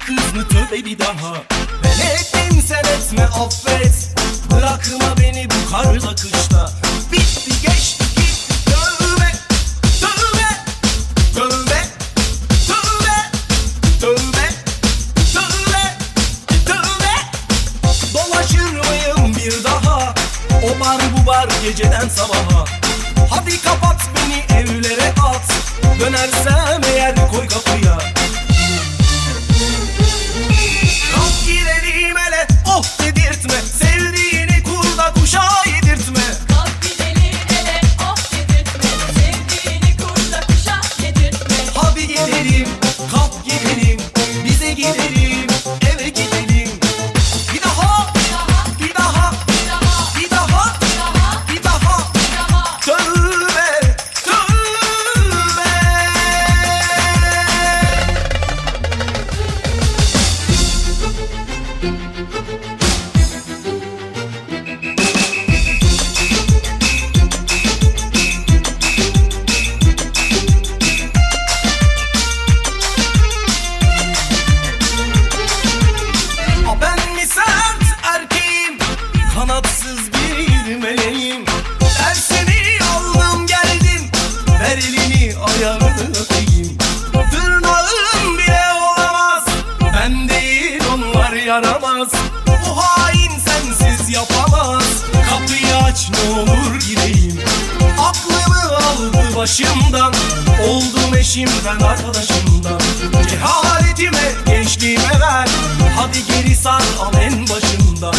kız mı tövbe bir daha. Ben ettim sen etme affet. Bırakma beni bu karla kışta. Bitti geçti gitti tövbe. Tövbe. Tövbe. Tövbe. Tövbe. Tövbe. Tövbe. Dolaşır mıyım bir daha o bar bu bar geceden sabaha. Hadi kapat beni evlere at. Dönersem eğer koy kapıya. Kalk gidelim hele oh dedirtme. Sevdiğini kurda kuşa yedirtme. Kalk gidelim hele oh dedirtme. Sevdiğini kurda kuşa yedirtme. Hadi gidelim kalk gidelim. Bize gidelim eve gidelim. Bir daha bir daha bir daha bir daha tövbe tövbe. Ben mi sert erkeğim, kanatsız bir meleğim. Dersini aldım geldim, ver elini ayağını öpeyim. Tırnağım bile olamaz, ben değil onlar yaramaz. Bu hain sensiz yapamaz, kapıyı aç ne olur gireyim. Aklımı aldı başımdan, oldum eşimden arkadaşımdan. Cehaletime gençliğime ver, hadi geri sar al en başından.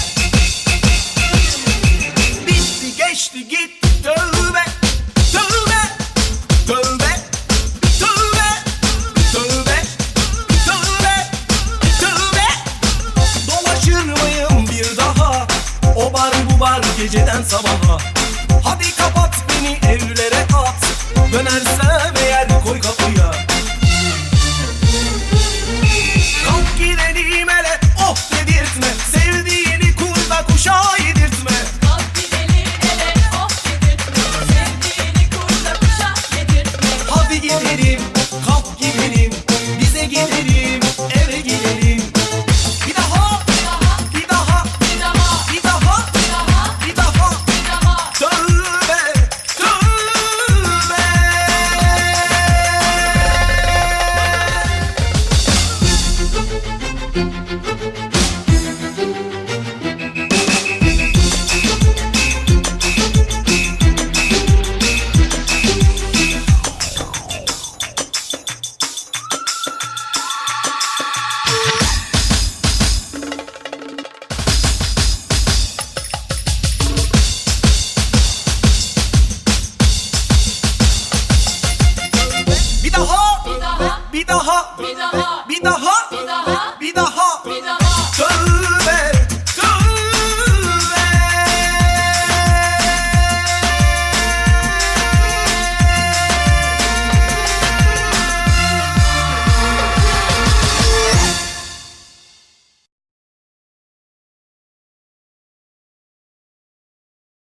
Bitti geçti gitti tövbe. Tövbe. Tövbe. Tövbe. Tövbe. Tövbe. Tövbe. Dolaşır mıyım bir daha o bar bu bar geceden sabaha. Hadi kapat beni evlere at. Dönersem eğer koy kapıya. Kalk gidelim hele oh dedirtme. Sevdiğini kurda kuşa yedirtme. Kalk gidelim hele oh dedirtme. Sevdiğini kurda kuşa yedirtme. Hadi gidelim kalk gidelim. Bize gidelim eve gidelim. Bir daha bir daha bir daha bir daha tövbe tövbe. Bir daha bir daha bir daha